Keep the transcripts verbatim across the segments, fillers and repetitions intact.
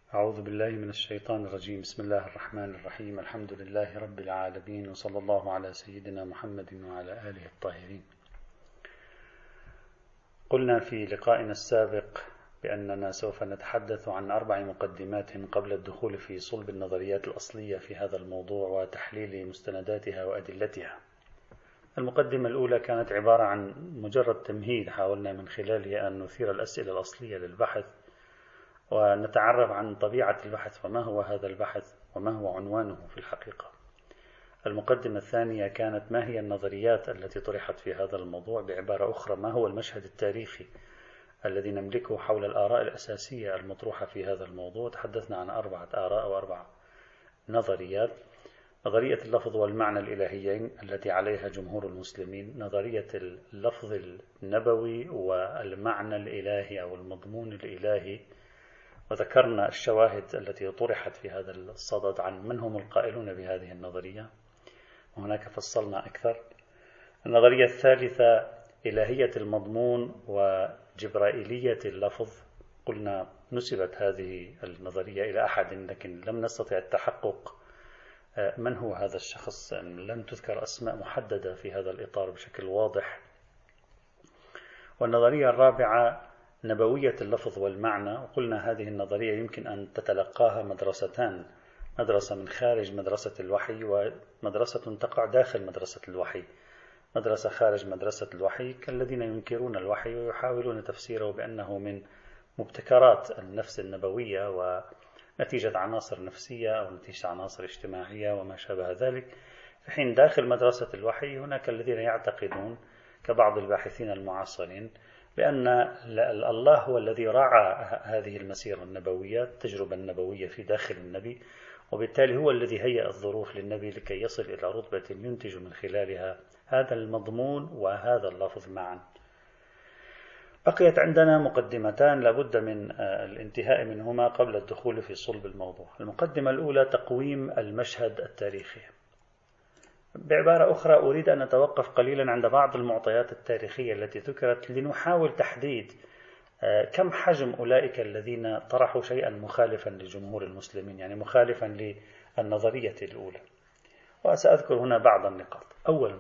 أعوذ بالله من الشيطان الرجيم. بسم الله الرحمن الرحيم. الحمد لله رب العالمين، وصلى الله على سيدنا محمد وعلى آله الطاهرين. قلنا في لقائنا السابق بأننا سوف نتحدث عن أربع مقدمات قبل الدخول في صلب النظريات الأصلية في هذا الموضوع وتحليل مستنداتها وأدلتها. المقدمة الأولى كانت عبارة عن مجرد تمهيد حاولنا من خلاله أن نثير الأسئلة الأصلية للبحث ونتعرف عن طبيعة البحث وما هو هذا البحث وما هو عنوانه في الحقيقة. المقدمة الثانية كانت ما هي النظريات التي طرحت في هذا الموضوع، بعبارة أخرى ما هو المشهد التاريخي الذي نملكه حول الآراء الأساسية المطروحة في هذا الموضوع. تحدثنا عن أربعة آراء أو أربع نظريات: نظرية اللفظ والمعنى الإلهيين التي عليها جمهور المسلمين، نظرية اللفظ النبوي والمعنى الإلهي أو المضمون الإلهي، وذكرنا الشواهد التي طرحت في هذا الصدد عن من هم القائلون بهذه النظرية، وهناك فصلنا أكثر. النظرية الثالثة إلهية المضمون وجبرائيلية اللفظ. قلنا نسبت هذه النظرية إلى أحد لكن لم نستطع التحقق من هو هذا الشخص، لم تذكر أسماء محددة في هذا الإطار بشكل واضح. والنظرية الرابعة نبوية اللفظ والمعنى، وقلنا هذه النظرية يمكن أن تتلقاها مدرستان: مدرسة من خارج مدرسة الوحي ومدرسة تقع داخل مدرسة الوحي. مدرسة خارج مدرسة الوحي كالذين ينكرون الوحي ويحاولون تفسيره بأنه من مبتكرات النفس النبوية ونتيجة عناصر نفسية أو نتيجة عناصر اجتماعية وما شابه ذلك، في حين داخل مدرسة الوحي هناك الذين يعتقدون كبعض الباحثين المعاصرين بأن الله هو الذي راعى هذه المسيرة النبوية، التجربة النبوية في داخل النبي، وبالتالي هو الذي هيأ الظروف للنبي لكي يصل إلى رتبة ينتج من خلالها هذا المضمون وهذا اللفظ معا. بقيت عندنا مقدمتان لابد من الانتهاء منهما قبل الدخول في صلب الموضوع. المقدمة الأولى تقويم المشهد التاريخي. بعبارة أخرى أريد أن نتوقف قليلا عند بعض المعطيات التاريخية التي ذكرت لنحاول تحديد كم حجم أولئك الذين طرحوا شيئا مخالفا لجمهور المسلمين، يعني مخالفا للنظرية الأولى. وسأذكر هنا بعض النقاط. أولا،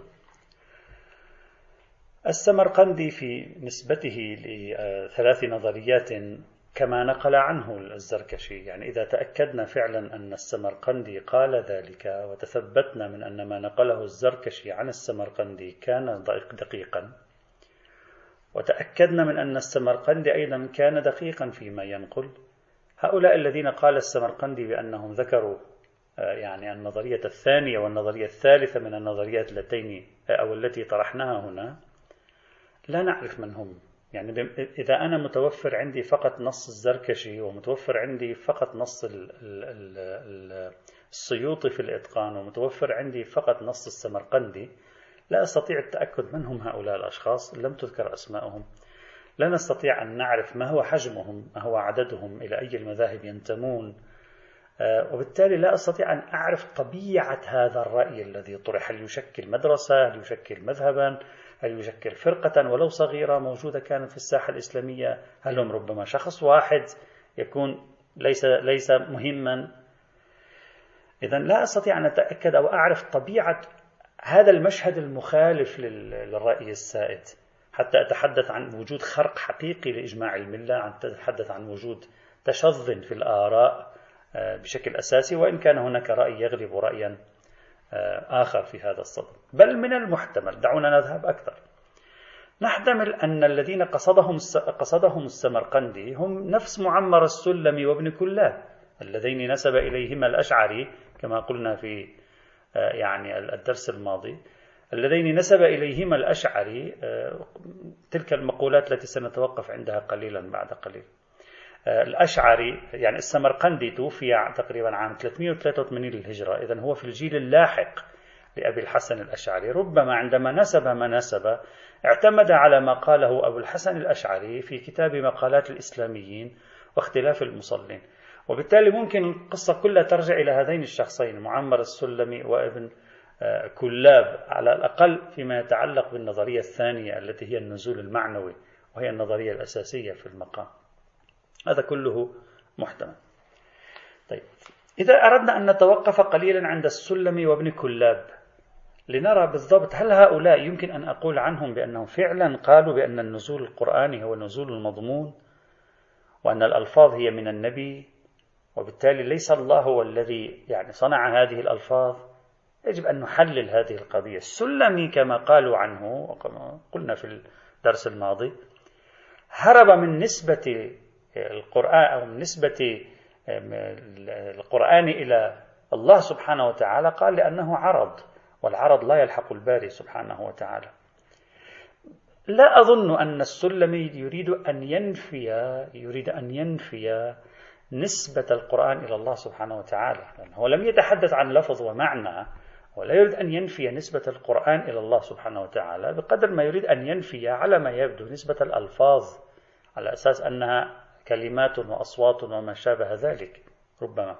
السمرقندي في نسبته لثلاث نظريات كما نقل عنه الزركشي، يعني إذا تأكدنا فعلا أن السمرقندي قال ذلك وتثبتنا من أن ما نقله الزركشي عن السمرقندي كان دقيقا، وتأكدنا من أن السمرقندي أيضا كان دقيقا فيما ينقل، هؤلاء الذين قال السمرقندي بأنهم ذكروا يعني النظرية الثانية والنظرية الثالثة من النظريات اللتين أو التي طرحناها هنا، لا نعرف من هم. يعني إذا أنا متوفر عندي فقط نص الزركشي ومتوفر عندي فقط نص السيوطي في الإتقان ومتوفر عندي فقط نص السمرقندي، لا أستطيع التأكد من هم هؤلاء الأشخاص، لم تذكر أسماءهم. لا نستطيع أن نعرف ما هو حجمهم، ما هو عددهم، إلى أي المذاهب ينتمون، وبالتالي لا أستطيع أن أعرف طبيعة هذا الرأي الذي طرح. هل يشكل مدرسة؟ هل يشكل مذهبا؟ هل يشكل فرقة ولو صغيرة موجودة كانت في الساحة الإسلامية؟ هل هم ربما شخص واحد يكون ليس ليس مهما؟ إذن لا أستطيع أن أتأكد أو أعرف طبيعة هذا المشهد المخالف للرأي السائد حتى أتحدث عن وجود خرق حقيقي لإجماع الملة، عن أتحدث عن وجود تشظ في الآراء بشكل أساسي، وإن كان هناك رأي يغلب رأيا آخر في هذا الصدد. بل من المحتمل، دعونا نذهب أكثر، نحتمل أن الذين قصدهم قصدهم السمرقندي هم نفس معمر السلمي وابن كلاب اللذين نسب إليهما الأشعري كما قلنا في يعني الدرس الماضي، اللذين نسب إليهما الأشعري تلك المقولات التي سنتوقف عندها قليلا بعد قليل. الأشعري يعني السمرقندي توفي تقريبا عام ثلاثمئة وثلاثة وثمانين للهجرة، إذن هو في الجيل اللاحق لأبي الحسن الأشعري. ربما عندما نسب ما نسب اعتمد على ما قاله أبو الحسن الأشعري في كتاب مقالات الإسلاميين واختلاف المصلين، وبالتالي ممكن القصة كلها ترجع إلى هذين الشخصين، معمر السلمي وابن كلاب، على الأقل فيما يتعلق بالنظرية الثانية التي هي النزول المعنوي، وهي النظرية الأساسية في المقام. هذا كله محتمل. إذا أردنا أن نتوقف قليلا عند السلمي وابن كلاب لنرى بالضبط هل هؤلاء يمكن أن أقول عنهم بأنهم فعلا قالوا بأن النزول القرآني هو نزول المضمون وأن الألفاظ هي من النبي وبالتالي ليس الله هو الذي يعني صنع هذه الألفاظ. يجب أن نحلل هذه القضية. السلمي كما قالوا عنه وكما قلنا في الدرس الماضي هرب من نسبة القرآن أو من نسبة القرآن إلى الله سبحانه وتعالى، قال لأنه عرض، والعرض لا يلحق الباري سبحانه وتعالى. لا أظن أن السلمي يريد أن ينفي يريد أن ينفي نسبة القرآن إلى الله سبحانه وتعالى، لأنه هو لم يتحدث عن لفظ ومعنى، ولا يريد أن ينفي نسبة القرآن إلى الله سبحانه وتعالى بقدر ما يريد أن ينفي على ما يبدو نسبة الألفاظ على أساس أنها كلمات وأصوات وما شابه ذلك ربما.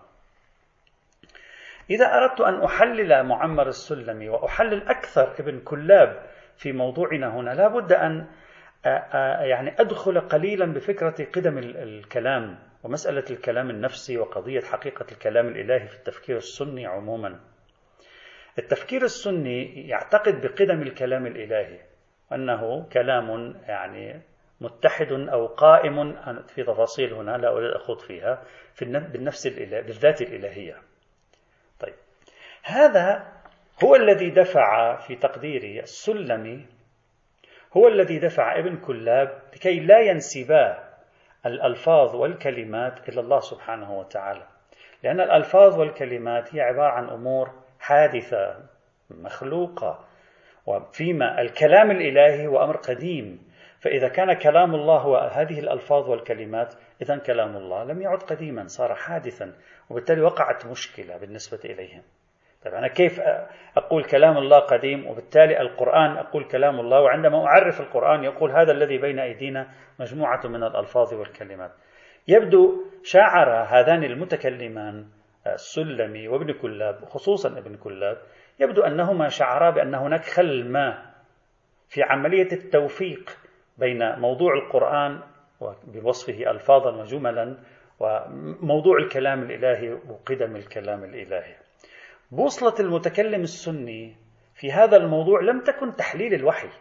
إذا أردت أن أحلل معمر السلمي وأحلل أكثر ابن كلاب في موضوعنا هنا، لا بد أن يعني أدخل قليلا بفكرة قدم الكلام ومسألة الكلام النفسي وقضية حقيقة الكلام الإلهي في التفكير السني عموما. التفكير السني يعتقد بقدم الكلام الإلهي، أنه كلام يعني متحد أو قائم في تفاصيل هنا لا أريد أخوض فيها في بالنفس الإله بالذات الإلهية. طيب، هذا هو الذي دفع في تقديري السلمي، هو الذي دفع ابن كلاب لكي لا ينسبا الألفاظ والكلمات إلى الله سبحانه وتعالى، لأن الألفاظ والكلمات هي عبارة عن أمور حادثة مخلوقة، وفيما الكلام الإلهي هو أمر قديم. فإذا كان كلام الله هو هذه الألفاظ والكلمات، إذن كلام الله لم يعد قديما، صار حادثا، وبالتالي وقعت مشكلة بالنسبة إليهم. طيب أنا كيف أقول كلام الله قديم وبالتالي القرآن أقول كلام الله، وعندما أعرف القرآن يقول هذا الذي بين أيدينا مجموعة من الألفاظ والكلمات؟ يبدو شعر هذان المتكلمان السلمي وابن كلاب، خصوصا ابن كلاب، يبدو أنهما شعرا بأن هناك خلل ما في عملية التوفيق بين موضوع القرآن بوصفه ألفاظا وجملا وموضوع الكلام الإلهي وقدم الكلام الإلهي. بوصلة المتكلم السني في هذا الموضوع لم تكن تحليل الوحي،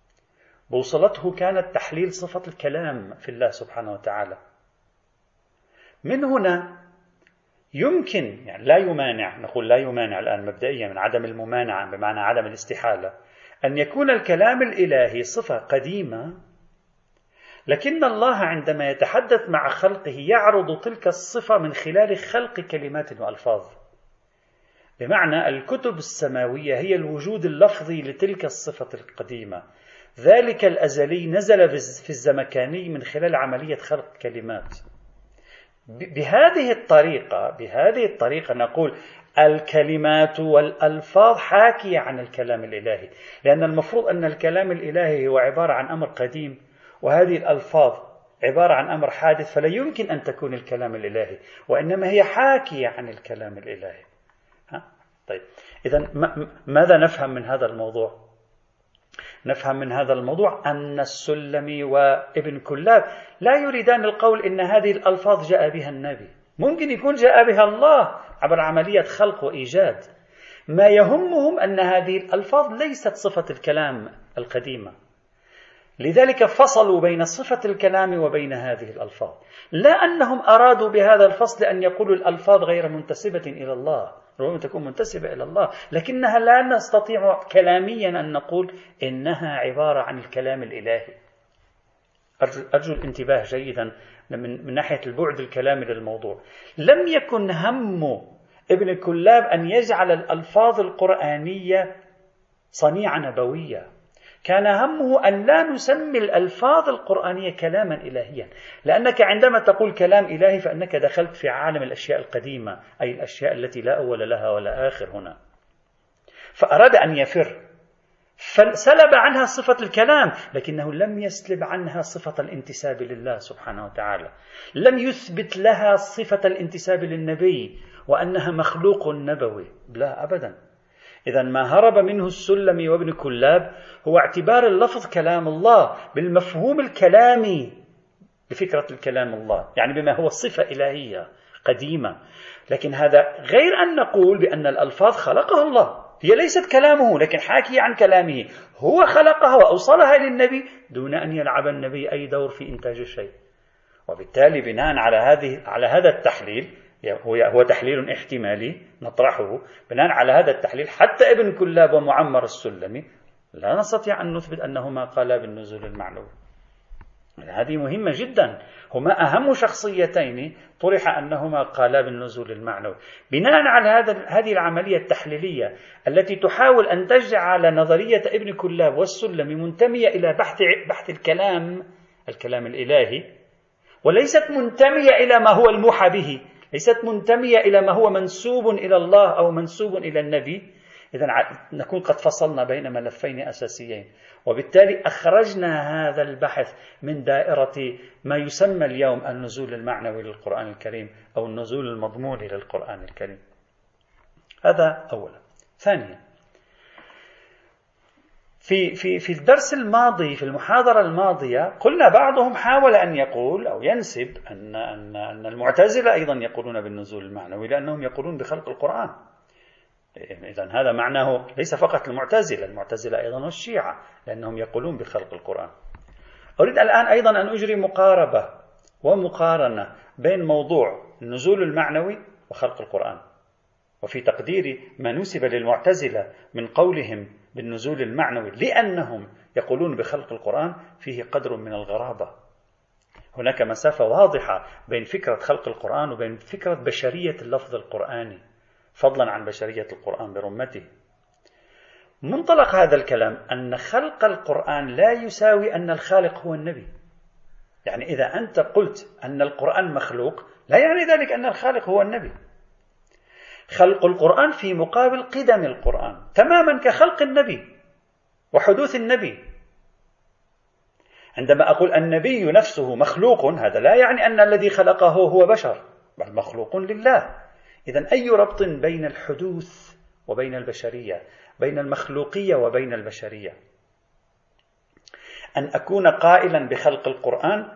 بوصلته كانت تحليل صفة الكلام في الله سبحانه وتعالى. من هنا يمكن يعني لا يمانع، نقول لا يمانع الآن مبدئيا من عدم الممانعة بمعنى عدم الاستحالة، أن يكون الكلام الإلهي صفة قديمة، لكن الله عندما يتحدث مع خلقه يعرض تلك الصفة من خلال خلق كلمات وألفاظ. بمعنى الكتب السماوية هي الوجود اللفظي لتلك الصفة القديمة، ذلك الأزلي نزل في الزمكاني من خلال عملية خلق كلمات. بهذه الطريقة بهذه الطريقة نقول الكلمات والألفاظ حاكية عن الكلام الإلهي، لأن المفروض أن الكلام الإلهي هو عبارة عن أمر قديم، وهذه الألفاظ عبارة عن أمر حادث، فلا يمكن أن تكون الكلام الإلهي، وإنما هي حاكية عن الكلام الإلهي. ها؟ طيب، إذن ماذا نفهم من هذا الموضوع؟ نفهم من هذا الموضوع أن السلمي وابن كلاب لا يريدان القول إن هذه الألفاظ جاء بها النبي، ممكن يكون جاء بها الله عبر عملية خلق وإيجاد. ما يهمهم أن هذه الألفاظ ليست صفة الكلام القديمة، لذلك فصلوا بين صفة الكلام وبين هذه الألفاظ، لا أنهم أرادوا بهذا الفصل أن يقولوا الألفاظ غير منتسبة إلى الله، ربما تكون منتسبة إلى الله، لكنها لا نستطيع كلاميا أن نقول إنها عبارة عن الكلام الإلهي. أرجو, أرجو الانتباه جيدا من, من ناحية البعد الكلامي للموضوع. لم يكن هم ابن كلاب أن يجعل الألفاظ القرآنية صنيعة نبوية، كان همه أن لا نسمي الألفاظ القرآنية كلاما إلهيا، لأنك عندما تقول كلام إلهي فأنك دخلت في عالم الأشياء القديمة، أي الأشياء التي لا أول لها ولا آخر هنا. فأراد أن يفر، فسلب عنها صفة الكلام، لكنه لم يسلب عنها صفة الانتساب لله سبحانه وتعالى، لم يثبت لها صفة الانتساب للنبي وأنها مخلوق نبوي، لا أبدا. إذن ما هرب منه السلمي وابن كلاب هو اعتبار اللفظ كلام الله بالمفهوم الكلامي بفكرة الكلام الله، يعني بما هو صفة إلهية قديمة. لكن هذا غير أن نقول بأن الألفاظ خلقها الله، هي ليست كلامه لكن حاكية عن كلامه، هو خلقها وأوصلها للنبي دون أن يلعب النبي أي دور في إنتاج الشيء. وبالتالي بناء على هذه على هذا التحليل، هو هو تحليل احتمالي نطرحه، بناء على هذا التحليل حتى ابن كلاب ومعمر السلمي لا نستطيع أن نثبت أنهما قالا بالنزول المعنوي. هذه مهمة جدا، هما أهم شخصيتين طرح أنهما قالا بالنزول المعنوي. بناء على هذا هذه العملية التحليلية التي تحاول أن تجعل نظرية ابن كلاب والسلمي منتمية إلى بحث بحث الكلام الكلام الإلهي، وليست منتمية إلى ما هو الموحى به، ليست منتمية إلى ما هو منسوب إلى الله أو منسوب إلى النبي، إذن نكون قد فصلنا بين ملفين أساسيين، وبالتالي أخرجنا هذا البحث من دائرة ما يسمى اليوم النزول المعنوي للقرآن الكريم أو النزول المضموني للقرآن الكريم. هذا أولا. ثانيا، في في في الدرس الماضي في المحاضرة الماضية قلنا بعضهم حاول أن يقول أو ينسب أن أن أن المعتزلة أيضا يقولون بالنزول المعنوي لأنهم يقولون بخلق القرآن. إذن هذا معناه ليس فقط المعتزلة، المعتزلة أيضا والشيعة لأنهم يقولون بخلق القرآن. أريد الآن أيضا أن أجري مقاربة ومقارنة بين موضوع النزول المعنوي وخلق القرآن. وفي تقديري ما نسب للمعتزلة من قولهم بالنزول المعنوي لأنهم يقولون بخلق القرآن فيه قدر من الغرابة. هناك مسافة واضحة بين فكرة خلق القرآن وبين فكرة بشرية اللفظ القرآني، فضلا عن بشرية القرآن برمته. منطلق هذا الكلام أن خلق القرآن لا يساوي أن الخالق هو النبي. يعني إذا أنت قلت أن القرآن مخلوق لا يعني ذلك أن الخالق هو النبي. خلق القرآن في مقابل قدم القرآن تماما كخلق النبي وحدوث النبي. عندما أقول النبي نفسه مخلوق هذا لا يعني أن الذي خلقه هو بشر، بل مخلوق لله. إذن أي ربط بين الحدوث وبين البشرية، بين المخلوقية وبين البشرية؟ أن أكون قائلا بخلق القرآن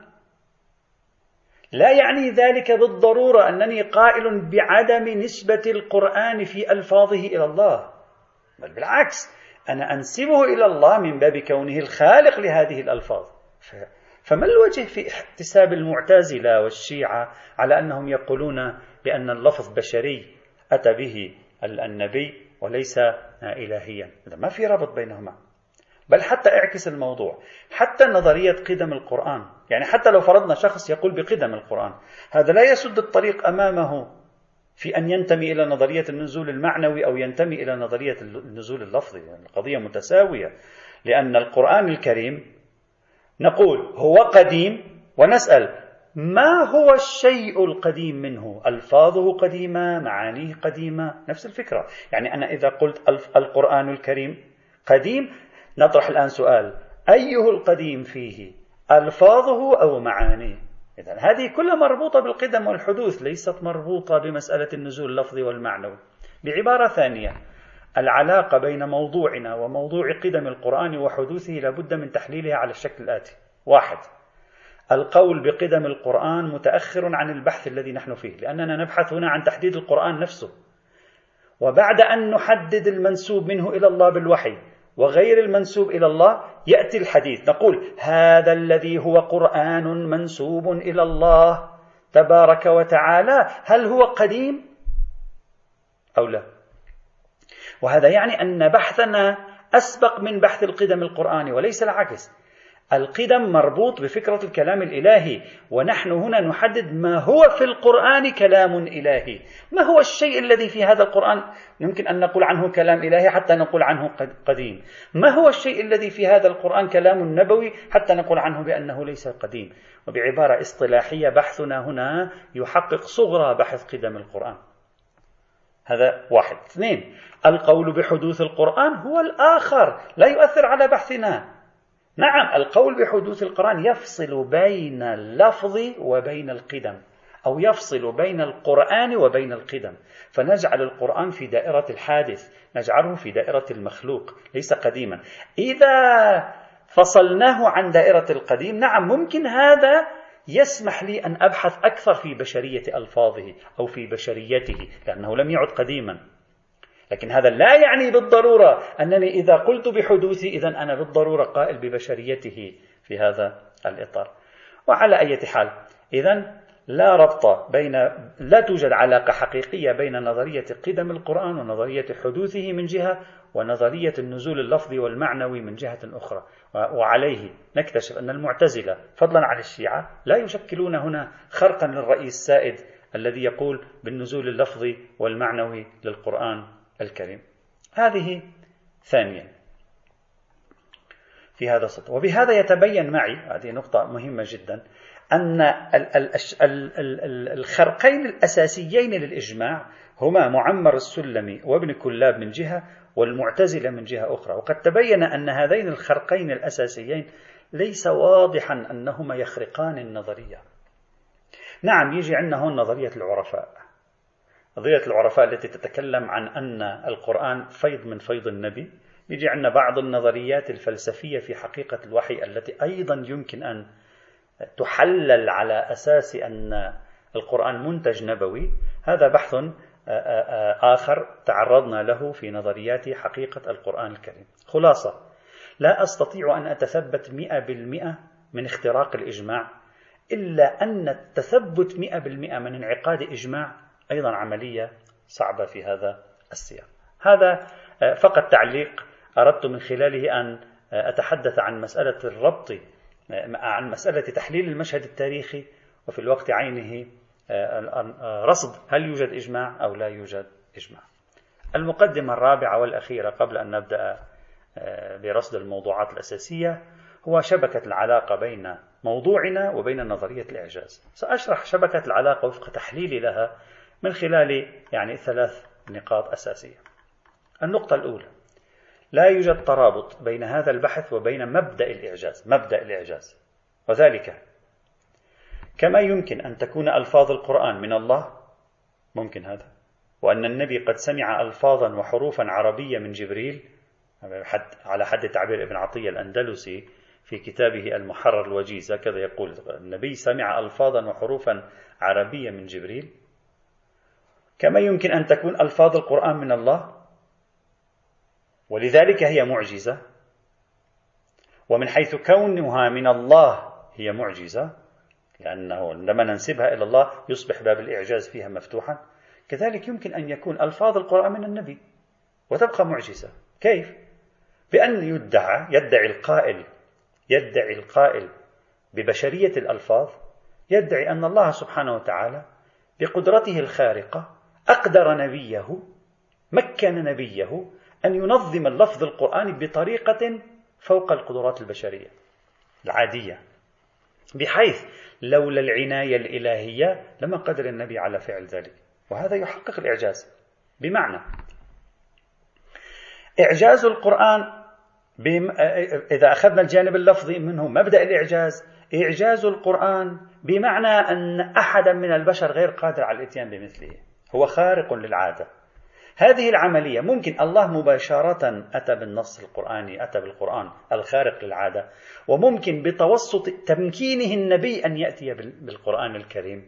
لا يعني ذلك بالضرورة أنني قائل بعدم نسبة القرآن في ألفاظه إلى الله، بل بالعكس أنا أنسبه إلى الله من باب كونه الخالق لهذه الألفاظ. فما الوجه في احتساب المعتزلة والشيعة على أنهم يقولون بأن اللفظ بشري أتى به النبي وليس إلهيا؟ ما في ربط بينهما. بل حتى اعكس الموضوع، حتى نظرية قدم القرآن، يعني حتى لو فرضنا شخص يقول بقدم القرآن، هذا لا يسد الطريق أمامه في أن ينتمي إلى نظرية النزول المعنوي أو ينتمي إلى نظرية النزول اللفظي. يعني القضية متساوية، لأن القرآن الكريم نقول هو قديم ونسأل ما هو الشيء القديم منه؟ ألفاظه قديمة، معانيه قديمة، نفس الفكرة. يعني أنا إذا قلت القرآن الكريم قديم، نطرح الآن سؤال: أيه القديم فيه، ألفاظه أو معانيه؟ إذن هذه كلها مربوطة بالقدم والحدوث، ليست مربوطة بمسألة النزول اللفظي والمعنوي. بعبارة ثانية، العلاقة بين موضوعنا وموضوع قدم القرآن وحدوثه لابد من تحليلها على الشكل الآتي: واحد، القول بقدم القرآن متأخر عن البحث الذي نحن فيه، لأننا نبحث هنا عن تحديد القرآن نفسه، وبعد أن نحدد المنسوب منه إلى الله بالوحي وغير المنسوب إلى الله يأتي الحديث، نقول هذا الذي هو قرآن منسوب إلى الله تبارك وتعالى هل هو قديم أو لا؟ وهذا يعني أن بحثنا أسبق من بحث القدم القرآني وليس العكس. القدم مربوط بفكرة الكلام الإلهي، ونحن هنا نحدد ما هو في القرآن كلام إلهي. ما هو الشيء الذي في هذا القرآن يمكن أن نقول عنه كلام إلهي حتى نقول عنه قديم؟ ما هو الشيء الذي في هذا القرآن كلام نبوي حتى نقول عنه بأنه ليس قديم؟ وبعبارة اصطلاحية بحثنا هنا يحقق صغرى بحث قدم القرآن. هذا واحد. اثنين، القول بحدوث القرآن هو الآخر، لا يؤثر على بحثنا. نعم، القول بحدوث القرآن يفصل بين اللفظ وبين القدم، أو يفصل بين القرآن وبين القدم، فنجعل القرآن في دائرة الحادث، نجعله في دائرة المخلوق، ليس قديما. إذا فصلناه عن دائرة القديم، نعم ممكن هذا يسمح لي أن أبحث أكثر في بشرية ألفاظه أو في بشريته، لأنه لم يعد قديما. لكن هذا لا يعني بالضرورة أنني إذا قلت بحدوثي إذن أنا بالضرورة قائل ببشريته في هذا الإطار. وعلى أي حال، إذن لا ربط بين لا توجد علاقة حقيقية بين نظرية قدم القرآن ونظرية حدوثه من جهة، ونظرية النزول اللفظي والمعنوي من جهة أخرى. وعليه نكتشف أن المعتزلة فضلا عن الشيعة لا يشكلون هنا خرقا للرأي السائد الذي يقول بالنزول اللفظي والمعنوي للقرآن الكريم. هذه ثانيا في هذا السطر. وبهذا يتبين معي، هذه نقطة مهمة جدا، أن الخرقين الأساسيين للإجماع هما معمر السلمي وابن كلاب من جهة، والمعتزلة من جهة أخرى. وقد تبين أن هذين الخرقين الأساسيين ليس واضحا أنهما يخرقان النظرية. نعم، يجي عندنا هون نظرية العرفاء، نظرية العرفاء التي تتكلم عن أن القرآن فيض من فيض النبي. يجي عندنا بعض النظريات الفلسفية في حقيقة الوحي التي أيضا يمكن أن تحلل على أساس أن القرآن منتج نبوي. هذا بحث آخر تعرضنا له في نظريات حقيقة القرآن الكريم. خلاصة، لا أستطيع أن أتثبت مئة بالمئة من اختراق الإجماع، إلا أن التثبت مئة بالمئة من انعقاد إجماع أيضا عملية صعبة في هذا السياق. هذا فقط تعليق أردت من خلاله أن أتحدث عن مسألة الربط، عن مسألة تحليل المشهد التاريخي، وفي الوقت عينه رصد هل يوجد إجماع أو لا يوجد إجماع. المقدمة الرابعة والأخيرة قبل أن نبدأ برصد الموضوعات الأساسية هو شبكة العلاقة بين موضوعنا وبين نظرية الإعجاز. سأشرح شبكة العلاقة وفق تحليلي لها من خلال يعني ثلاث نقاط أساسية. النقطة الأولى، لا يوجد ترابط بين هذا البحث وبين مبدأ الإعجاز. مبدأ الإعجاز، وذلك كما يمكن أن تكون ألفاظ القرآن من الله، ممكن هذا، وأن النبي قد سمع ألفاظا وحروفا عربية من جبريل، على حد تعبير ابن عطية الأندلسي في كتابه المحرر الوجيز، هكذا يقول: النبي سمع ألفاظا وحروفا عربية من جبريل. كما يمكن أن تكون ألفاظ القرآن من الله، ولذلك هي معجزة، ومن حيث كونها من الله هي معجزة، لأنه عندما ننسبها إلى الله يصبح باب الإعجاز فيها مفتوحا. كذلك يمكن أن يكون ألفاظ القرآن من النبي وتبقى معجزة. كيف؟ بأن يدعى يدعي القائل يدعي القائل ببشرية الألفاظ، يدعي أن الله سبحانه وتعالى بقدرته الخارقة أقدر نبيه، مكن نبيه أن ينظم اللفظ القرآني بطريقة فوق القدرات البشرية العادية، بحيث لولا العناية الإلهية لما قدر النبي على فعل ذلك. وهذا يحقق الإعجاز. بمعنى إعجاز القرآن بم... إذا أخذنا الجانب اللفظي منه مبدأ الإعجاز، إعجاز القرآن بمعنى أن أحدا من البشر غير قادر على الإتيان بمثله، هو خارق للعادة. هذه العملية ممكن الله مباشرة أتى بالنص القرآني، أتى بالقرآن الخارق للعادة، وممكن بتوسط تمكينه النبي أن يأتي بالقرآن الكريم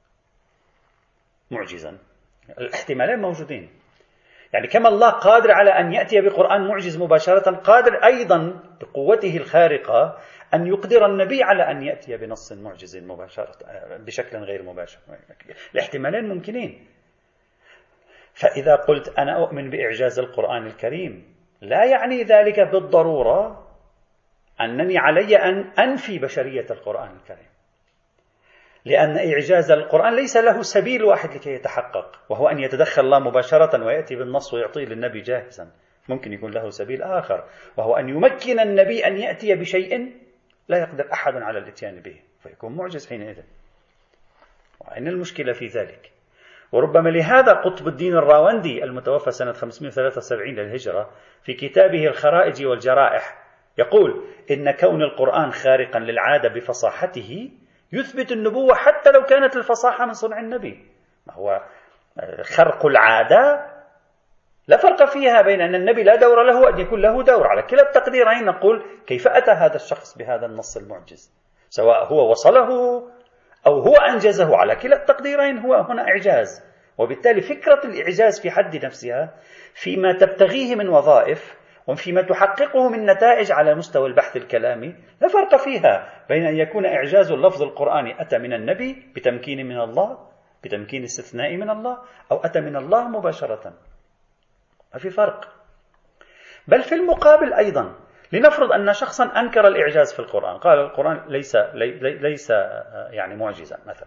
معجزا. الاحتمالين موجودين. يعني كما الله قادر على أن يأتي بقرآن معجز مباشرة، قادر أيضا بقوته الخارقة أن يقدر النبي على أن يأتي بنص معجز مباشرة بشكل غير مباشر. الاحتمالين ممكنين. فإذا قلت أنا أؤمن بإعجاز القرآن الكريم، لا يعني ذلك بالضرورة أنني علي أن أنفي بشرية القرآن الكريم، لأن إعجاز القرآن ليس له سبيل واحد لكي يتحقق، وهو أن يتدخل الله مباشرة ويأتي بالنص ويعطيه للنبي جاهزا. ممكن يكون له سبيل آخر، وهو أن يمكن النبي أن يأتي بشيء لا يقدر أحد على الاتيان به، فيكون معجز حينئذ. وأين المشكلة في ذلك؟ وربما لهذا قطب الدين الراوندي المتوفى سنة خمسمائة وثلاثة وسبعين للهجرة في كتابه الخرائج والجرائح يقول إن كون القرآن خارقا للعادة بفصاحته يثبت النبوة حتى لو كانت الفصاحة من صنع النبي. ما هو خرق العادة لا فرق فيها بين أن النبي لا دور له وأن يكون له دور. على كلا التقديرين نقول كيف أتى هذا الشخص بهذا النص المعجز، سواء هو وصله أو هو أنجزه، على كلا التقديرين هو هنا إعجاز. وبالتالي فكرة الإعجاز في حد نفسها فيما تبتغيه من وظائف وفيما تحققه من نتائج على مستوى البحث الكلامي لا فرق فيها بين أن يكون إعجاز اللفظ القرآني أتى من النبي بتمكين من الله، بتمكين استثنائي من الله، أو أتى من الله مباشرة. ما في فرق. بل في المقابل أيضا، لنفرض أن شخصا أنكر الإعجاز في القرآن، قال القرآن ليس ليس يعني معجزا مثلا،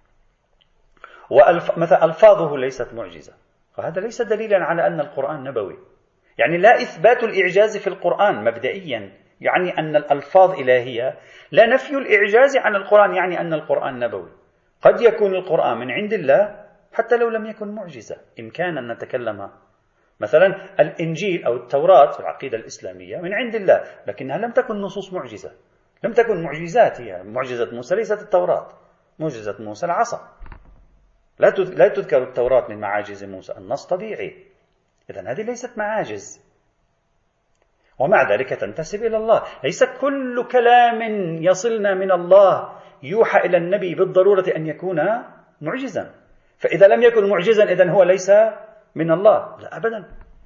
ومثلا ألفاظه ليست معجزة، فهذا ليس دليلا على أن القرآن نبوي. يعني لا إثبات الإعجاز في القرآن مبدئيا يعني أن الألفاظ إلهية، لا نفي الإعجاز عن القرآن يعني أن القرآن نبوي. قد يكون القرآن من عند الله حتى لو لم يكن معجزة. إمكان أن نتكلم مثلا الإنجيل أو التوراة في العقيدة الإسلامية من عند الله، لكنها لم تكن نصوص معجزة، لم تكن معجزات. هي معجزة موسى ليست التوراة، معجزة موسى العصا. لا تذكر التوراة من معاجز موسى، النص طبيعي. إذن هذه ليست معاجز، ومع ذلك تنتسب إلى الله. ليس كل كلام يصلنا من الله يوحى إلى النبي بالضرورة أن يكون معجزا. فإذا لم يكن معجزا إذن هو ليس من الله؟ لا أبدا.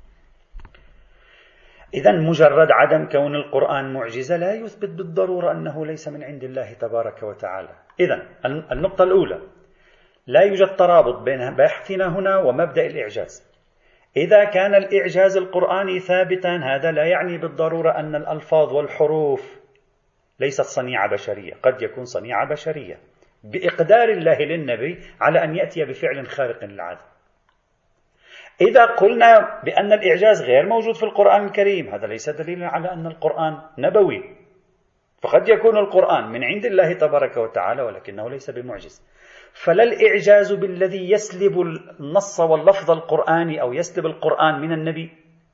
إذن مجرد عدم كون القرآن معجزة لا يثبت بالضرورة أنه ليس من عند الله تبارك وتعالى. إذن النقطة الأولى، لا يوجد ترابط بين بحثنا هنا ومبدأ الإعجاز. إذا كان الإعجاز القرآني ثابتا، هذا لا يعني بالضرورة أن الألفاظ والحروف ليست صنيعة بشرية. قد يكون صنيعة بشرية بإقدار الله للنبي على أن يأتي بفعل خارق للعادة. إذا قلنا بأن الإعجاز غير موجود في القرآن الكريم، هذا ليس دليلا على أن القرآن نبوي. فقد يكون القرآن من عند الله تبارك وتعالى ولكنه ليس بمعجز. فلا الإعجاز بالذي يسلب النص واللفظ القرآني أو يسلب القرآن من النبي،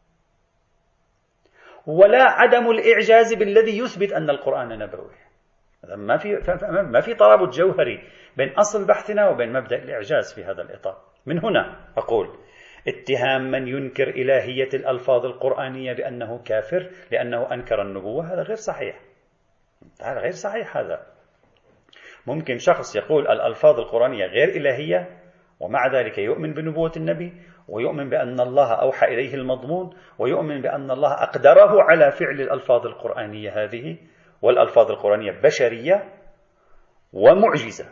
ولا عدم الإعجاز بالذي يثبت أن القرآن نبوي. ما في ما في ترابط جوهري بين أصل بحثنا وبين مبدأ الإعجاز في هذا الإطار. من هنا أقول اتهام من ينكر إلهية الألفاظ القرآنية بأنه كافر لأنه أنكر النبوة، هذا غير صحيح. هذا غير صحيح. هذا ممكن شخص يقول الألفاظ القرآنية غير إلهية ومع ذلك يؤمن بنبوة النبي، ويؤمن بأن الله أوحى إليه المضمون، ويؤمن بأن الله أقدره على فعل الألفاظ القرآنية هذه، والألفاظ القرآنية بشرية ومعجزة.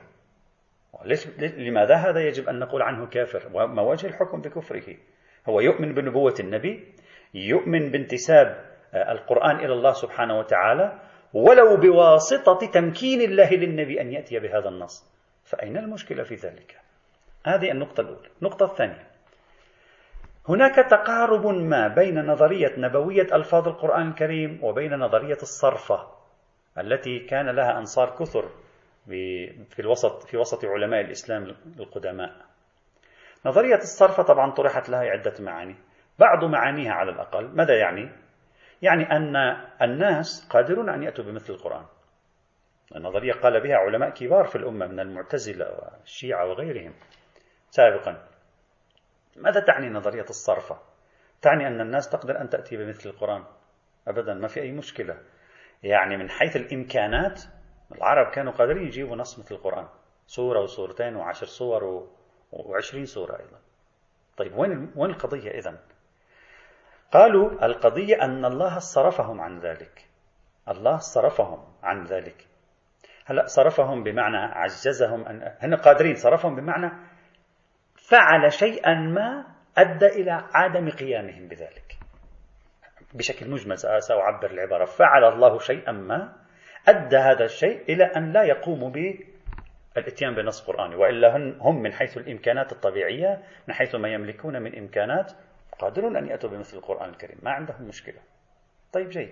لماذا هذا يجب أن نقول عنه كافر؟ وما وجه الحكم بكفره؟ هو يؤمن بنبوة النبي، يؤمن بانتساب القرآن إلى الله سبحانه وتعالى، ولو بواسطة تمكين الله للنبي أن يأتي بهذا النص. فأين المشكلة في ذلك؟ هذه النقطة الأولى. النقطة الثانية، هناك تقارب ما بين نظرية نبوية ألفاظ القرآن الكريم وبين نظرية الصرفة التي كان لها أنصار كثر في الوسط في وسط علماء الإسلام القدماء. نظرية الصرفة طبعا طرحت لها عدة معاني. بعض معانيها على الأقل ماذا يعني؟ يعني أن الناس قادرون أن يأتوا بمثل القرآن. النظرية قال بها علماء كبار في الأمة من المعتزلة والشيعة وغيرهم سابقا. ماذا تعني نظرية الصرفة؟ تعني أن الناس تقدر أن تأتي بمثل القرآن أبدا، ما في أي مشكلة. يعني من حيث الإمكانات العرب كانوا قادرين يجيبوا نص مثل القرآن، سورة وسورتين وعشر صور وعشرين سورة أيضا. طيب وين وين القضية إذن؟ قالوا القضية أن الله صرفهم عن ذلك. الله صرفهم عن ذلك. هلأ صرفهم بمعنى عجزهم أن هن قادرين، صرفهم بمعنى فعل شيئا ما أدى إلى عدم قيامهم بذلك. بشكل مجمل سأعبر العبارة: فعل الله شيئا ما أدى هذا الشيء إلى أن لا يقوموا بالاتيان بنص قرآني، وإلا هم من حيث الإمكانات الطبيعية، من حيث ما يملكون من إمكانات، قادرون أن يأتوا بمثل القرآن الكريم، ما عندهم مشكلة. طيب جيد.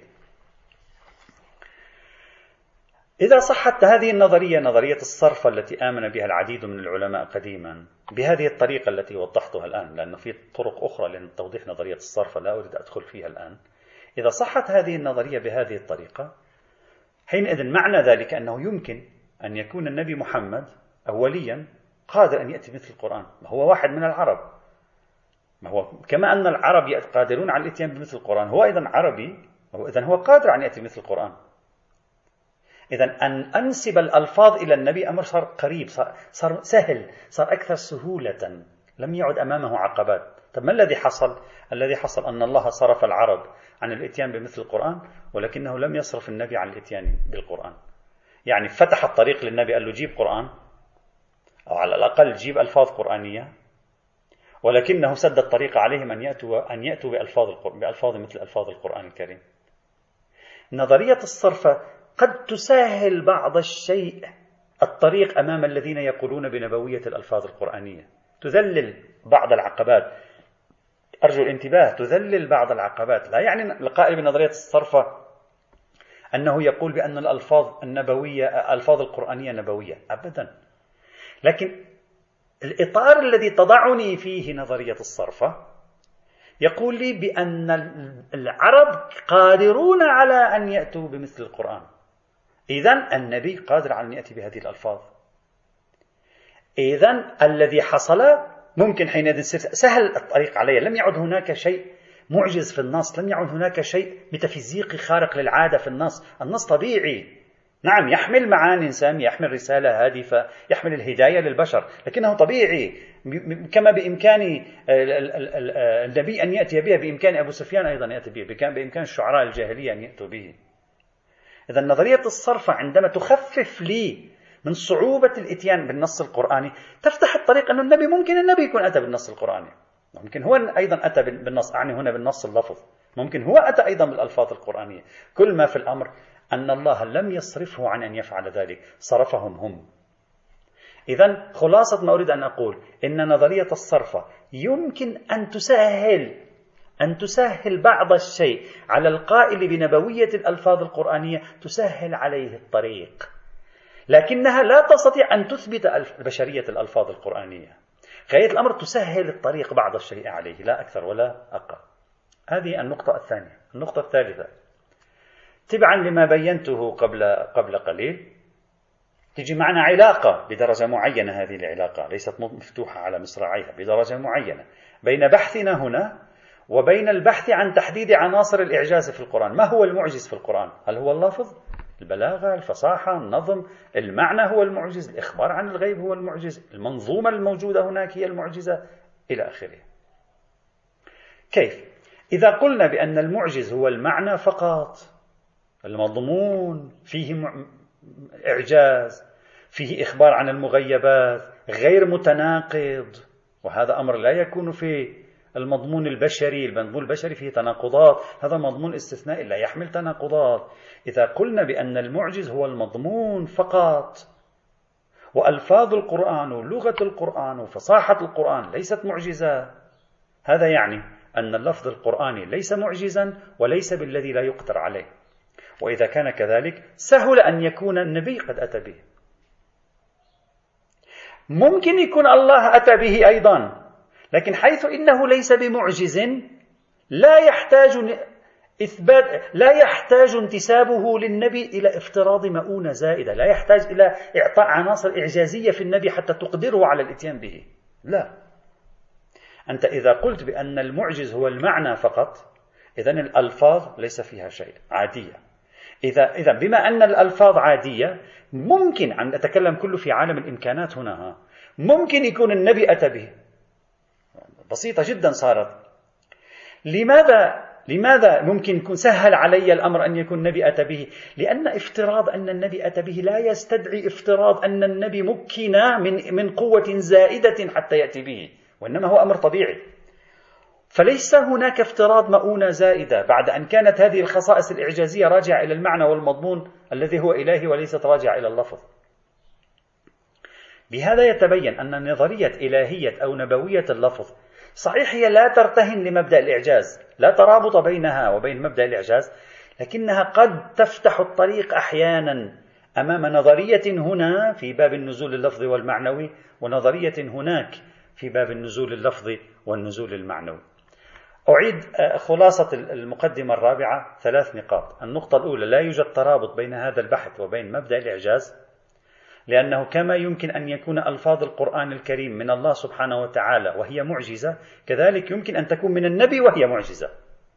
إذا صحت هذه النظرية، نظرية الصرف التي آمن بها العديد من العلماء قديما بهذه الطريقة التي وضحتها الآن، لأنه في طرق أخرى لتوضيح نظرية الصرف لا أريد أدخل فيها الآن. إذا صحت هذه النظرية بهذه الطريقة، حينئذ معنى ذلك أنه يمكن أن يكون النبي محمد أوليا قادر أن يأتي مثل القرآن. ما هو واحد من العرب، ما هو كما أن العرب قادرون على الاتيان بمثل القرآن، هو أيضا عربي، هو إذن هو قادر أن يأتي مثل القرآن. إذن أن أنسب الألفاظ إلى النبي أمر صار قريب، صار, صار سهل، صار أكثر سهولة، لم يعد أمامه عقبات. طب ما الذي حصل؟ الذي حصل أن الله صرف العرب عن الإتيان بمثل القرآن، ولكنه لم يصرف النبي عن الإتيان بالقرآن. يعني فتح الطريق للنبي، قال له جيب قرآن، أو على الأقل جيب ألفاظ قرآنية، ولكنه سد الطريق عليهم أن يأتوا, أن يأتوا بألفاظ, بألفاظ مثل ألفاظ القرآن الكريم. نظرية الصرف قد تسهل بعض الشيء الطريق أمام الذين يقولون بنبوية الألفاظ القرآنية، تذلل بعض العقبات، أرجو الانتباه، تذلل بعض العقبات. لا يعني القائل بنظرية الصرف أنه يقول بأن الألفاظ النبوية الألفاظ القرآنية نبوية، أبدا. لكن الإطار الذي تضعني فيه نظرية الصرف يقول لي بأن العرب قادرون على أن يأتوا بمثل القرآن، إذن النبي قادر على أن يأتي بهذه الألفاظ. إذن الذي حصل ممكن حينئذ سهل الطريق عليه، لم يعد هناك شيء معجز في النص، لم يعد هناك شيء ميتافيزيقي خارق للعادة في النص. النص طبيعي، نعم يحمل معاني سامية، يحمل رسالة هادفة، يحمل الهداية للبشر، لكنه طبيعي كما بإمكان النبي أن يأتي به، بإمكان أبو سفيان أيضا يأتي به، بإمكان الشعراء الجاهلية أن يأتوا به. إذا نظرية الصرف عندما تخفف لي من صعوبة الإتيان بالنص القرآني تفتح الطريق أن النبي ممكن النبي يكون أتى بالنص القرآني، ممكن هو أيضا أتى بالنص، أعني هنا بالنص اللفظ، ممكن هو أتى أيضا بالألفاظ القرآنية. كل ما في الأمر أن الله لم يصرفه عن أن يفعل ذلك، صرفهم هم. إذن خلاصة ما أريد أن أقول إن نظرية الصرف يمكن أن تسهل أن تسهل بعض الشيء على القائل بنبوية الألفاظ القرآنية، تسهل عليه الطريق، لكنها لا تستطيع أن تثبت بشرية الألفاظ القرآنية. غاية الأمر تسهل الطريق بعض الشيء عليه، لا أكثر ولا أقل. هذه النقطة الثانية. النقطة الثالثة، تبعا لما بينته قبل قبل قليل، تجي معنا علاقة بدرجة معينة، هذه العلاقة ليست مفتوحة على مصراعيها، بدرجة معينة بين بحثنا هنا وبين البحث عن تحديد عناصر الإعجاز في القرآن. ما هو المعجز في القرآن؟ هل هو اللفظ، البلاغة، الفصاحة، النظم، المعنى هو المعجز، الإخبار عن الغيب هو المعجز، المنظومة الموجودة هناك هي المعجزة، إلى آخره. كيف؟ إذا قلنا بأن المعجز هو المعنى فقط، المضمون فيه إعجاز، فيه إخبار عن المغيبات، غير متناقض، وهذا أمر لا يكون في المضمون البشري، المضمون البشري فيه تناقضات، هذا مضمون استثنائي لا يحمل تناقضات. إذا قلنا بأن المعجز هو المضمون فقط، وألفاظ القرآن ولغة القرآن وفصاحة القرآن ليست معجزة، هذا يعني أن اللفظ القرآني ليس معجزا وليس بالذي لا يقدر عليه. وإذا كان كذلك سهل أن يكون النبي قد أتى به. ممكن يكون الله أتى به أيضا، لكن حيث إنه ليس بمعجز لا يحتاج إثبات، لا يحتاج انتسابه للنبي إلى افتراض مؤونة زائدة، لا يحتاج إلى إعطاء عناصر إعجازية في النبي حتى تقدره على الإتيان به. لا، أنت إذا قلت بأن المعجز هو المعنى فقط، إذن الألفاظ ليس فيها شيء، عادية. إذا إذا بما أن الألفاظ عادية، ممكن أن أتكلم كله في عالم الإمكانات هنا، ممكن يكون النبي أتى به، بسيطة جدا صارت. لماذا لماذا ممكن يكون سهل علي الأمر أن يكون النبي أتى به؟ لأن افتراض أن النبي أتى به لا يستدعي افتراض أن النبي مكن من من قوة زائدة حتى يأتي به، وإنما هو أمر طبيعي. فليس هناك افتراض مؤونة زائدة بعد أن كانت هذه الخصائص الإعجازية راجعة إلى المعنى والمضمون الذي هو إلهي وليست راجعة إلى اللفظ. بهذا يتبين أن نظرية إلهية أو نبوية اللفظ صحيح هي لا ترتهن لمبدأ الإعجاز، لا ترابط بينها وبين مبدأ الإعجاز، لكنها قد تفتح الطريق أحيانا أمام نظرية هنا في باب النزول اللفظي والمعنوي، ونظرية هناك في باب النزول اللفظي والنزول المعنوي. أعيد خلاصة المقدمة الرابعة، ثلاث نقاط. النقطة الأولى، لا يوجد ترابط بين هذا البحث وبين مبدأ الإعجاز، لأنه كما يمكن أن يكون ألفاظ القرآن الكريم من الله سبحانه وتعالى وهي معجزة، كذلك يمكن أن تكون من النبي وهي معجزة.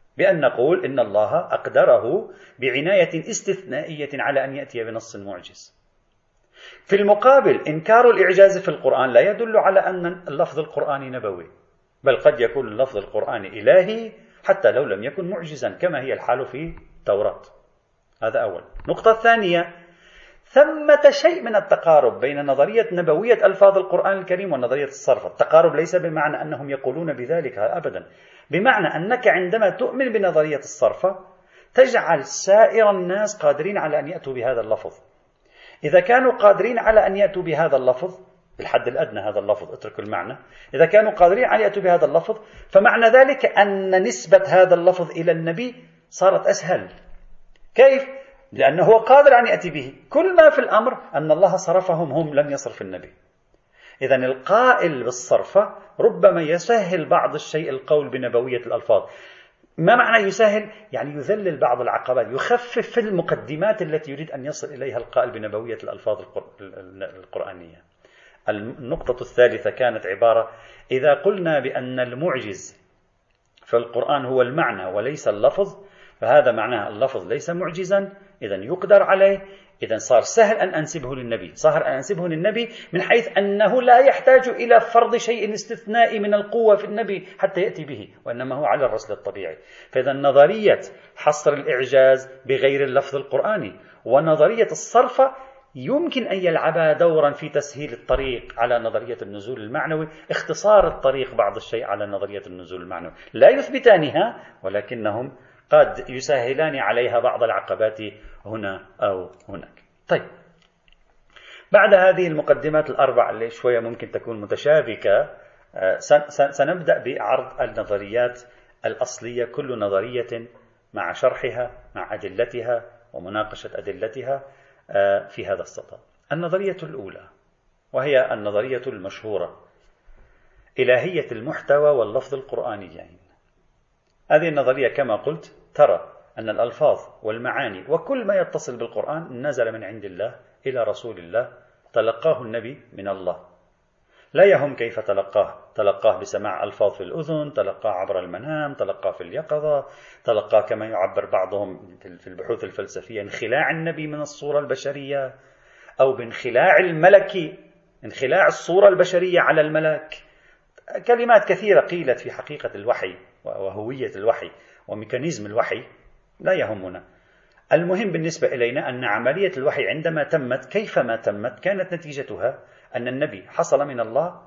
بأن نقول إن الله أقدره بعناية استثنائية على أن يأتي بنص معجز. في المقابل إنكار الإعجاز في القرآن لا يدل على أن اللفظ القرآني نبوي، بل قد يكون اللفظ القرآني إلهي حتى لو لم يكن معجزا كما هي الحال في التوراة. هذا أول. نقطة ثانية، ثمة شيء من التقارب بين نظرية نبوية ألفاظ القرآن الكريم ونظرية الصرف. التقارب ليس بمعنى أنهم يقولون بذلك أبدا، بمعنى أنك عندما تؤمن بنظرية الصرف تجعل سائر الناس قادرين على أن يأتوا بهذا اللفظ. إذا كانوا قادرين على أن يأتوا بهذا اللفظ بالحد الأدنى، هذا اللفظ اترك المعنى، إذا كانوا قادرين على أن يأتوا بهذا اللفظ فمعنى ذلك أن نسبة هذا اللفظ إلى النبي صارت أسهل. كيف؟ لأنه هو قادر أن يأتي به. كل ما في الأمر أن الله صرفهم، هم لم يصرف النبي. إذن القائل بالصرف ربما يسهل بعض الشيء القول بنبوية الألفاظ. ما معنى يسهل؟ يعني يذلل بعض العقبات، يخفف في المقدمات التي يريد أن يصل إليها القائل بنبوية الألفاظ القرآنية. النقطة الثالثة كانت عبارة: إذا قلنا بأن المعجز في القرآن هو المعنى وليس اللفظ، فهذا معناه اللفظ ليس معجزا، إذن يقدر عليه، إذن صار سهل أن أنسبه للنبي. صار أن أنسبه للنبي من حيث أنه لا يحتاج إلى فرض شيء استثنائي من القوة في النبي حتى يأتي به، وإنما هو على الرسل الطبيعي. فإذا نظرية حصر الإعجاز بغير اللفظ القرآني ونظرية الصرف يمكن أن يلعبا دورا في تسهيل الطريق على نظرية النزول المعنوي، اختصار الطريق بعض الشيء على نظرية النزول المعنوي. لا يثبتانها، ولكنهم قد يسهلان عليها بعض العقبات هنا أو هناك. طيب، بعد هذه المقدمات الأربع اللي شوية ممكن تكون متشابكة، سنبدأ بعرض النظريات الأصلية، كل نظرية مع شرحها مع أدلتها ومناقشة أدلتها في هذا السطر. النظرية الأولى وهي النظرية المشهورة، إلهية المحتوى واللفظ القرآنيين. هذه النظرية كما قلت ترى أن الألفاظ والمعاني وكل ما يتصل بالقرآن نزل من عند الله إلى رسول الله، تلقاه النبي من الله، لا يهم كيف تلقاه. تلقاه بسماع ألفاظ في الأذن، تلقاه عبر المنام، تلقاه في اليقظة، تلقاه كما يعبر بعضهم في البحوث الفلسفية انخلاع النبي من الصورة البشرية، أو بانخلاع الملك، انخلاع الصورة البشرية على الملك. كلمات كثيرة قيلت في حقيقة الوحي وهوية الوحي وميكانيزم الوحي، لا يهمنا. المهم بالنسبة إلينا أن عملية الوحي عندما تمت كيفما تمت كانت نتيجتها أن النبي حصل من الله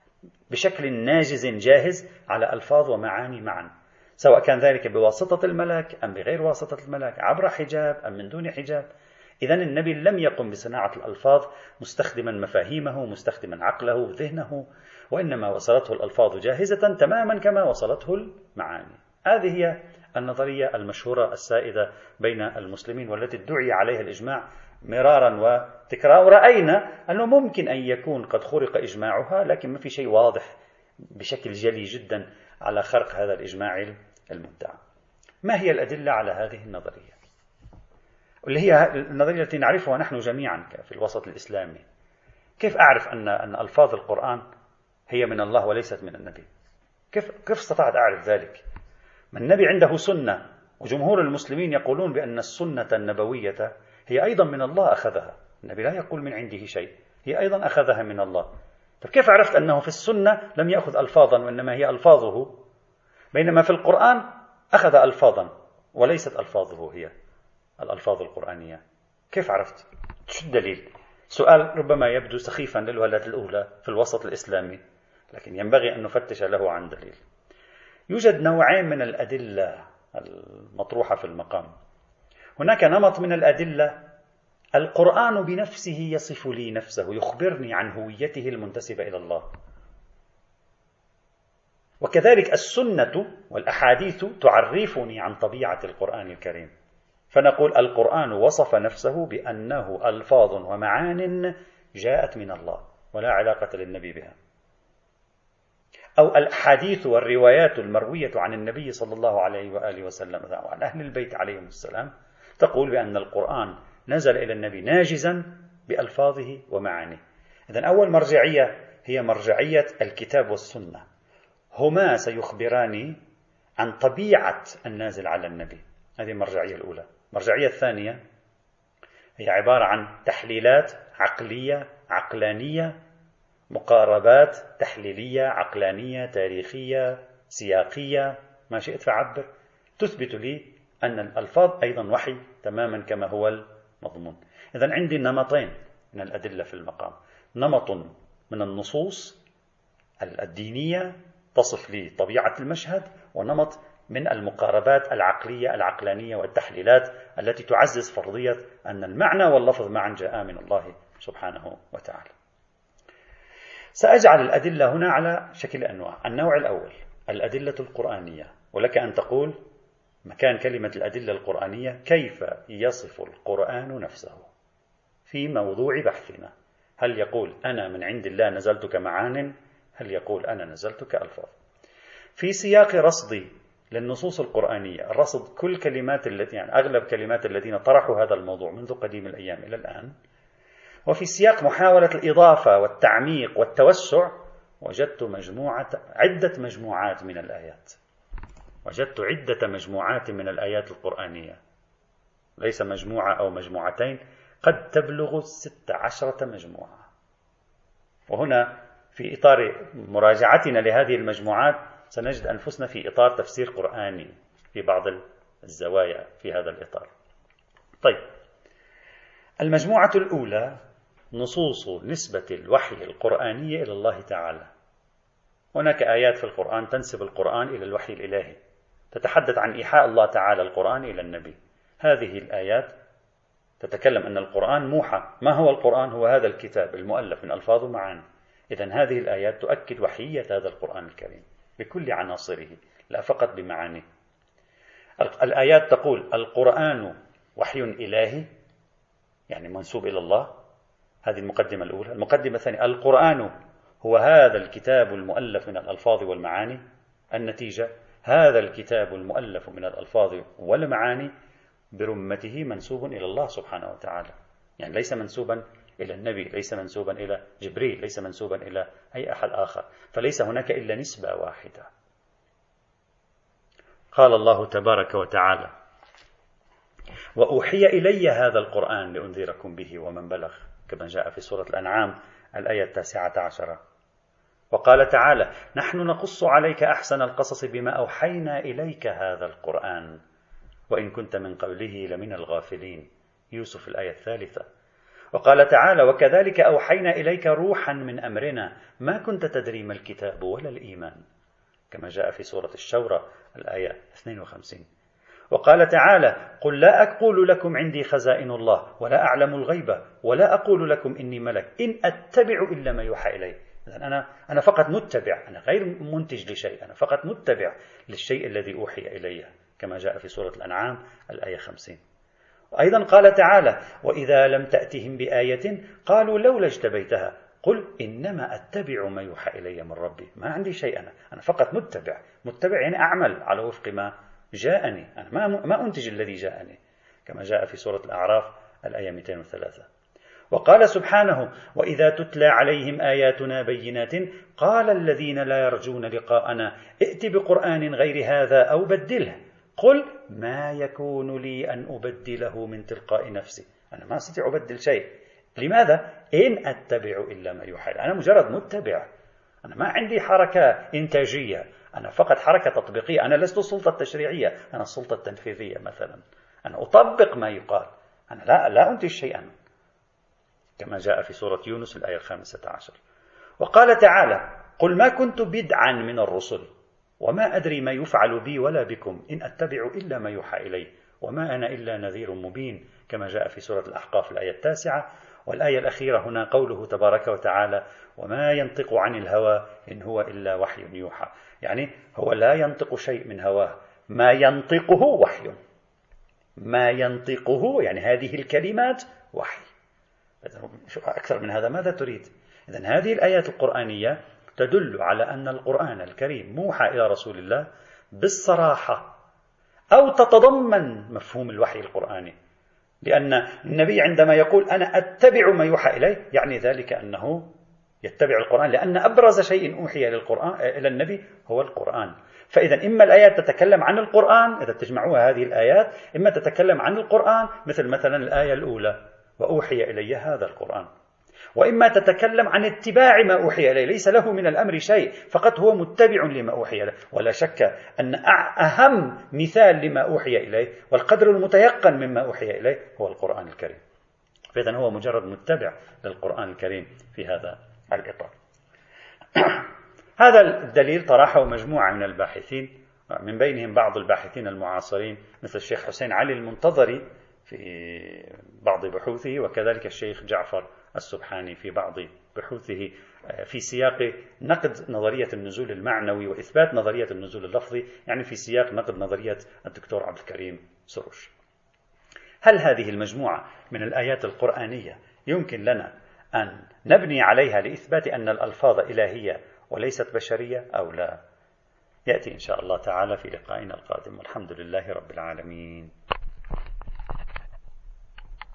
بشكل ناجز جاهز على ألفاظ ومعاني معا، سواء كان ذلك بواسطة الملك أم بغير واسطة الملك، عبر حجاب أم من دون حجاب. إذن النبي لم يقم بصناعة الألفاظ مستخدما مفاهيمه، مستخدما عقله وذهنه، وإنما وصلته الألفاظ جاهزة تماما كما وصلته المعاني. هذه هي النظرية المشهورة السائدة بين المسلمين والتي ادعي عليها الإجماع مرارا وتكرارا، ورأينا أنه ممكن أن يكون قد خرق إجماعها، لكن ما في شيء واضح بشكل جلي جدا على خرق هذا الإجماع المدعى. ما هي الأدلة على هذه النظرية؟ اللي هي النظرية التي نعرفها نحن جميعا في الوسط الإسلامي. كيف أعرف أن أن ألفاظ القرآن هي من الله وليست من النبي؟ كيف كيف استطعت أعرف ذلك؟ ما النبي عنده سنة، وجمهور المسلمين يقولون بأن السنة النبوية هي أيضا من الله أخذها. النبي لا يقول من عنده شيء، هي أيضا أخذها من الله. طيب كيف عرفت أنه في السنة لم يأخذ ألفاظا وإنما هي ألفاظه، بينما في القرآن أخذ ألفاظا وليست ألفاظه هي الألفاظ القرآنية؟ كيف عرفت؟ شو الدليل؟ سؤال ربما يبدو سخيفا للوهلة الأولى في الوسط الإسلامي، لكن ينبغي أن نفتش له عن دليل. يوجد نوعين من الأدلة المطروحة في المقام. هناك نمط من الأدلة القرآن بنفسه يصف لي نفسه، يخبرني عن هويته المنتسبة إلى الله، وكذلك السنة والأحاديث تعرفني عن طبيعة القرآن الكريم، فنقول القرآن وصف نفسه بأنه ألفاظ ومعان جاءت من الله ولا علاقة للنبي بها. أو الأحاديث والروايات المروية عن النبي صلى الله عليه وآله وسلم وعن أهل البيت عليهم السلام تقول بأن القرآن نزل إلى النبي ناجزا بألفاظه ومعانيه. إذن أول مرجعية هي مرجعية الكتاب والسنة، هما سيخبراني عن طبيعة النازل على النبي. هذه المرجعية الأولى. المرجعية الثانية هي عبارة عن تحليلات عقلية عقلانية، مقاربات تحليلية عقلانية تاريخية سياقية، ما شئت فعبر، تثبت لي أن الألفاظ أيضا وحي تماما كما هو المضمون. إذن عندي نمطين من الأدلة في المقام: نمط من النصوص الدينية تصف لي طبيعة المشهد، ونمط من المقاربات العقلية العقلانية والتحليلات التي تعزز فرضية أن المعنى واللفظ معا جاء من الله سبحانه وتعالى. سأجعل الأدلة هنا على شكل أنواع. النوع الأول الأدلة القرآنية، ولك أن تقول مكان كلمة الأدلة القرآنية كيف يصف القرآن نفسه في موضوع بحثنا. هل يقول أنا من عند الله نزلتك معان؟ هل يقول أنا نزلتك ألفاظ؟ في سياق رصدي للنصوص القرآنية، الرصد كل كلمات التي يعني أغلب كلمات الذين طرحوا هذا الموضوع منذ قديم الأيام إلى الآن، وفي سياق محاولة الإضافة والتعميق والتوسع، وجدت مجموعة عدة مجموعات من الآيات وجدت عدة مجموعات من الآيات القرآنية، ليس مجموعة أو مجموعتين، قد تبلغ ست عشرة مجموعة. وهنا في إطار مراجعتنا لهذه المجموعات سنجد أنفسنا في إطار تفسير قرآني في بعض الزوايا في هذا الإطار. طيب، المجموعة الأولى نصوص نسبة الوحي القرآني إلى الله تعالى. هناك آيات في القرآن تنسب القرآن إلى الوحي الإلهي، تتحدث عن إيحاء الله تعالى القرآن إلى النبي. هذه الآيات تتكلم أن القرآن موحى. ما هو القرآن؟ هو هذا الكتاب المؤلف من ألفاظ ومعاني. إذن هذه الآيات تؤكد وحيية هذا القرآن الكريم بكل عناصره، لا فقط بمعانيه. الآيات تقول القرآن وحي إلهي، يعني منسوب إلى الله. هذه المقدمة الأولى. المقدمة الثانية القرآن هو هذا الكتاب المؤلف من الألفاظ والمعاني. النتيجة هذا الكتاب المؤلف من الألفاظ والمعاني برمته منسوب إلى الله سبحانه وتعالى، يعني ليس منسوبا إلى النبي، ليس منسوبا إلى جبريل، ليس منسوبا إلى أي أحد آخر، فليس هناك إلا نسبة واحدة. قال الله تبارك وتعالى وأوحي إلي هذا القرآن لأنذركم به ومن بلغ، كما جاء في سورة الأنعام الآية التاسعة عشرة. وقال تعالى نحن نقص عليك أحسن القصص بما أوحينا إليك هذا القرآن وإن كنت من قبله لمن الغافلين، يوسف الآية الثالثة. وقال تعالى وكذلك أوحينا إليك روحا من أمرنا ما كنت تدري ما الكتاب ولا الإيمان، كما جاء في سورة الشورى الآية اثنين وخمسين. وقال تعالى قل لا أقول لكم عندي خزائن الله ولا أعلم الغيب ولا أقول لكم إني ملك إن أتبع إلا ما يوحى إلي. أنا أنا فقط متبع، أنا غير منتج لشيء، أنا فقط متبع للشيء الذي أوحي إلي، كما جاء في سورة الأنعام الآية خمسين. وأيضا قال تعالى وإذا لم تأتهم بآية قالوا لولا اجتبيتها قل إنما أتبع ما يوحى إلي من ربي، ما عندي شيء، أنا أنا فقط متبع. متبع يعني أعمل على وفق ما جاءني، أنا ما ما أنتج الذي جاءني، كما جاء في سورة الأعراف الآية مئتين وثلاثة. وقال سبحانه وإذا تتلى عليهم آياتنا بينات قال الذين لا يرجون لقاءنا ائت بقرآن غير هذا أو بدله قل ما يكون لي أن أبدله من تلقاء نفسي، أنا ما أستطيع أبدل شيء. لماذا؟ إن أتبع إلا ما يوحى، أنا مجرد متبع، أنا ما عندي حركة إنتاجية، أنا فقط حركة تطبيقية. أنا لست السلطة التشريعية، أنا السلطة التنفيذية مثلا، أنا أطبق ما يقال، أنا لا, لا أنتج شيئا، كما جاء في سورة يونس الآية الخامسة عشر. وقال تعالى قل ما كنت بدعا من الرسل وما أدري ما يفعل بي ولا بكم إن أتبع إلا ما يوحى إلي وما أنا إلا نذير مبين، كما جاء في سورة الأحقاف الآية التاسعة. والآية الأخيرة هنا قوله تبارك وتعالى وما ينطق عن الهوى إن هو إلا وحي يوحى، يعني هو لا ينطق شيء من هواه، ما ينطقه وحي، ما ينطقه يعني هذه الكلمات وحي. أكثر من هذا ماذا تريد؟ إذن هذه الآيات القرآنية تدل على أن القرآن الكريم موحى إلى رسول الله بالصراحة أو تتضمن مفهوم الوحي القرآني، لأن النبي عندما يقول أنا أتبع ما يوحى إليه يعني ذلك أنه يتبع القرآن، لأن أبرز شيء أوحي للقرآن إلى النبي هو القرآن. فإذا إما الآيات تتكلم عن القرآن إذا تجمعوها هذه الآيات، إما تتكلم عن القرآن مثل مثلا الآية الأولى وأوحي إلي هذا القرآن، وإما تتكلم عن اتباع ما أوحي إليه، ليس له من الأمر شيء، فقط هو متبع لما أوحي إليه. ولا شك أن أهم مثال لما أوحي إليه والقدر المتيقن مما أوحي إليه هو القرآن الكريم. فإذا هو مجرد متبع للقرآن الكريم في هذا الإطار. هذا الدليل طرحه مجموعة من الباحثين، من بينهم بعض الباحثين المعاصرين مثل الشيخ حسين علي المنتظري في بعض بحوثه، وكذلك الشيخ جعفر السبحاني في بعض بحوثه في سياق نقد نظرية النزول المعنوي وإثبات نظرية النزول اللفظي، يعني في سياق نقد نظرية الدكتور عبد الكريم سروش. هل هذه المجموعة من الآيات القرآنية يمكن لنا أن نبني عليها لإثبات أن الألفاظ إلهية وليست بشرية أو لا؟ يأتي إن شاء الله تعالى في لقائنا القادم، والحمد لله رب العالمين.